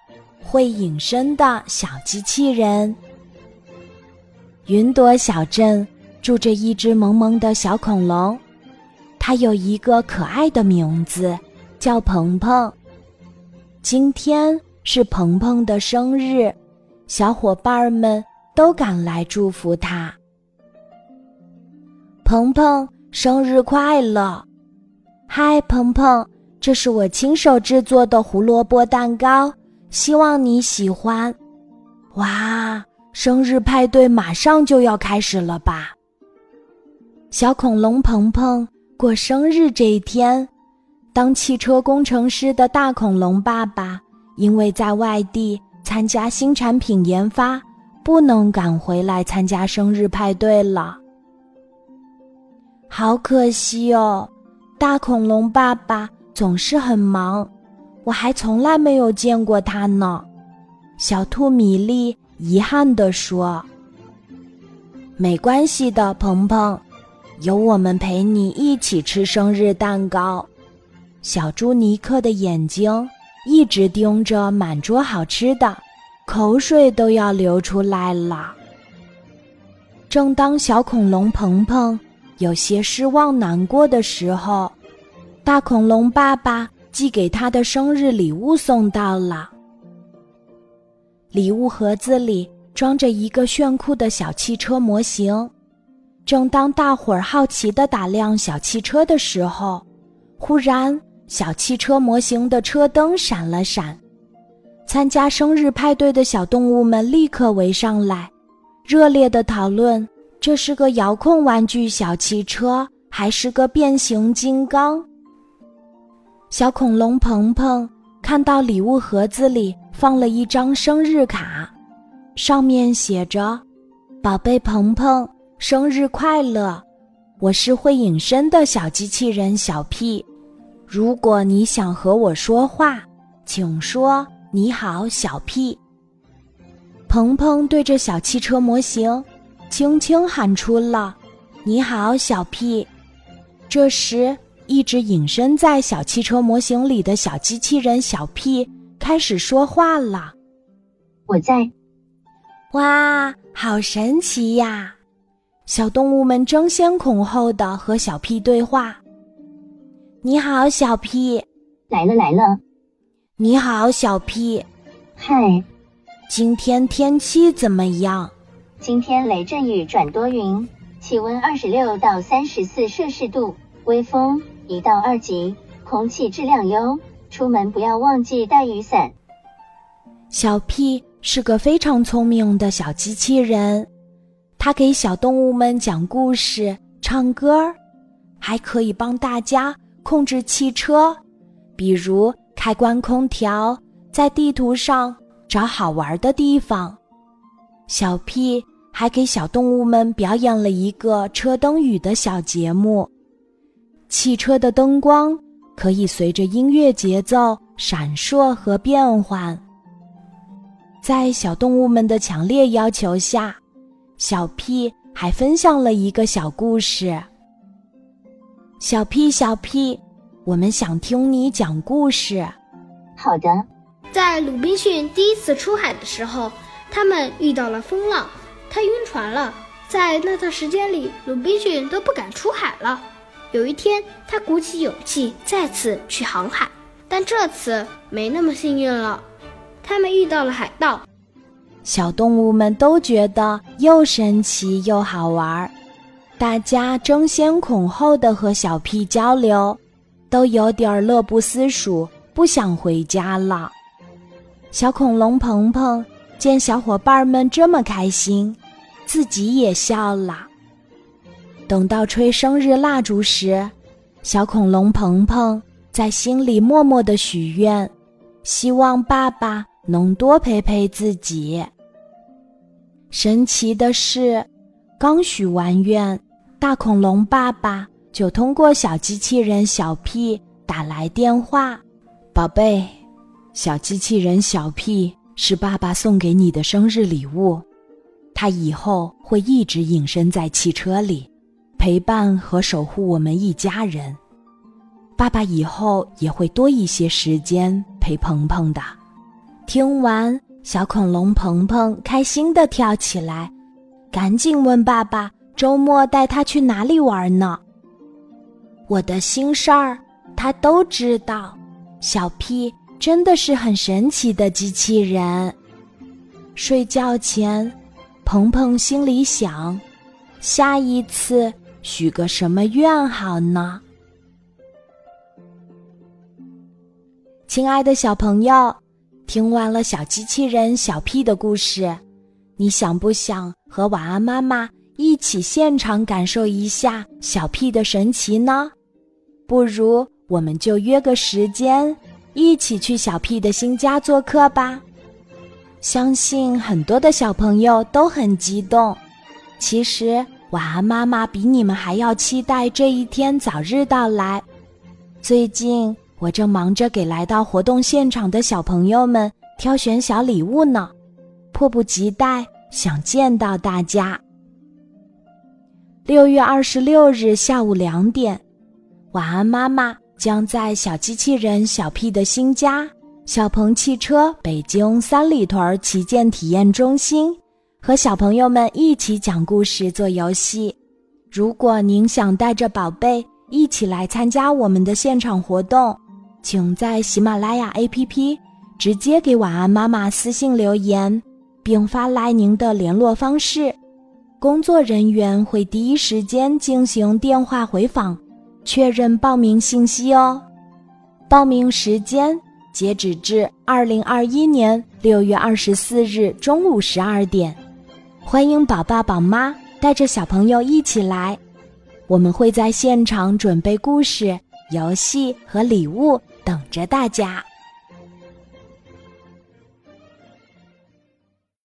会隐身的小机器人。云朵小镇住着一只萌萌的小恐龙，它有一个可爱的名字，叫鹏鹏。今天是鹏鹏的生日，小伙伴们都赶来祝福他。鹏鹏，生日快乐！嗨，鹏鹏，这是我亲手制作的胡萝卜蛋糕，希望你喜欢。哇，生日派对马上就要开始了吧？小恐龙鹏鹏过生日这一天，当汽车工程师的大恐龙爸爸因为在外地参加新产品研发，不能赶回来参加生日派对了。好可惜哦，大恐龙爸爸总是很忙，我还从来没有见过他呢。小兔米粒遗憾地说。没关系的，鹏鹏，有我们陪你一起吃生日蛋糕。小猪尼克的眼睛一直盯着满桌好吃的，口水都要流出来了。正当小恐龙鹏鹏有些失望难过的时候，大恐龙爸爸寄给他的生日礼物送到了。礼物盒子里装着一个炫酷的小汽车模型。正当大伙儿好奇地打量小汽车的时候，忽然小汽车模型的车灯闪了闪。参加生日派对的小动物们立刻围上来，热烈地讨论这是个遥控玩具小汽车还是个变形金刚。小恐龙鹏鹏看到礼物盒子里放了一张生日卡，上面写着：宝贝鹏鹏，生日快乐，我是会隐身的小机器人小屁，如果你想和我说话，请说你好小屁。鹏鹏对着小汽车模型轻轻喊出了你好小屁。这时一直隐身在小汽车模型里的小机器人小屁开始说话了。 我在。 哇，好神奇呀！小动物们争先恐后地和小屁对话。你好小屁。 来了来了。 你好小屁。 嗨。 今天天气怎么样？ 今天雷阵雨转多云，气温26到34摄氏度，微风1到2级，空气质量优，出门不要忘记带雨伞。 小屁是个非常聪明的小机器人，他给小动物们讲故事、唱歌，还可以帮大家控制汽车，比如开关空调，在地图上找好玩的地方。小屁还给小动物们表演了一个车灯语的小节目。汽车的灯光可以随着音乐节奏闪烁和变换。在小动物们的强烈要求下，小屁还分享了一个小故事。小屁小屁，我们想听你讲故事。 好的。 在鲁滨逊第一次出海的时候，他们遇到了风浪，他晕船了。在那段时间里，鲁滨逊都不敢出海了。有一天，他鼓起勇气再次去航海，但这次没那么幸运了，他们遇到了海盗。 小动物们都觉得又神奇又好玩，大家争先恐后地和小屁交流，都有点乐不思蜀，不想回家了。小恐龙鹏鹏见小伙伴们这么开心，自己也笑了。等到吹生日蜡烛时，小恐龙鹏鹏在心里默默地许愿，希望爸爸能多陪陪自己。神奇的是，刚许完愿，大恐龙爸爸就通过小机器人小屁打来电话。宝贝，小机器人小屁是爸爸送给你的生日礼物，他以后会一直隐身在汽车里，陪伴和守护我们一家人。爸爸以后也会多一些时间陪鹏鹏的。 听完，小恐龙鹏鹏开心地跳起来，赶紧问爸爸周末带他去哪里玩呢？我的心事儿他都知道，小屁真的是很神奇的机器人。睡觉前，鹏鹏心里想，下一次许个什么愿好呢？亲爱的小朋友，听完了小机器人小屁的故事，你想不想和晚安妈妈一起现场感受一下小屁的神奇呢？不如我们就约个时间，一起去小屁的新家做客吧。相信很多的小朋友都很激动，其实晚安妈妈比你们还要期待这一天早日到来。最近我正忙着给来到活动现场的小朋友们挑选小礼物呢，迫不及待想见到大家。6月26日下午2点，晚安妈妈将在小机器人小屁的新家小鹏汽车北京三里屯旗舰体验中心和小朋友们一起讲故事做游戏。如果您想带着宝贝一起来参加我们的现场活动，请在喜马拉雅 APP 直接给晚安妈妈私信留言，并发来您的联络方式，工作人员会第一时间进行电话回访，确认报名信息哦。报名时间截止至2021年6月24日中午12点。欢迎宝爸宝妈带着小朋友一起来，我们会在现场准备故事、游戏和礼物等着大家。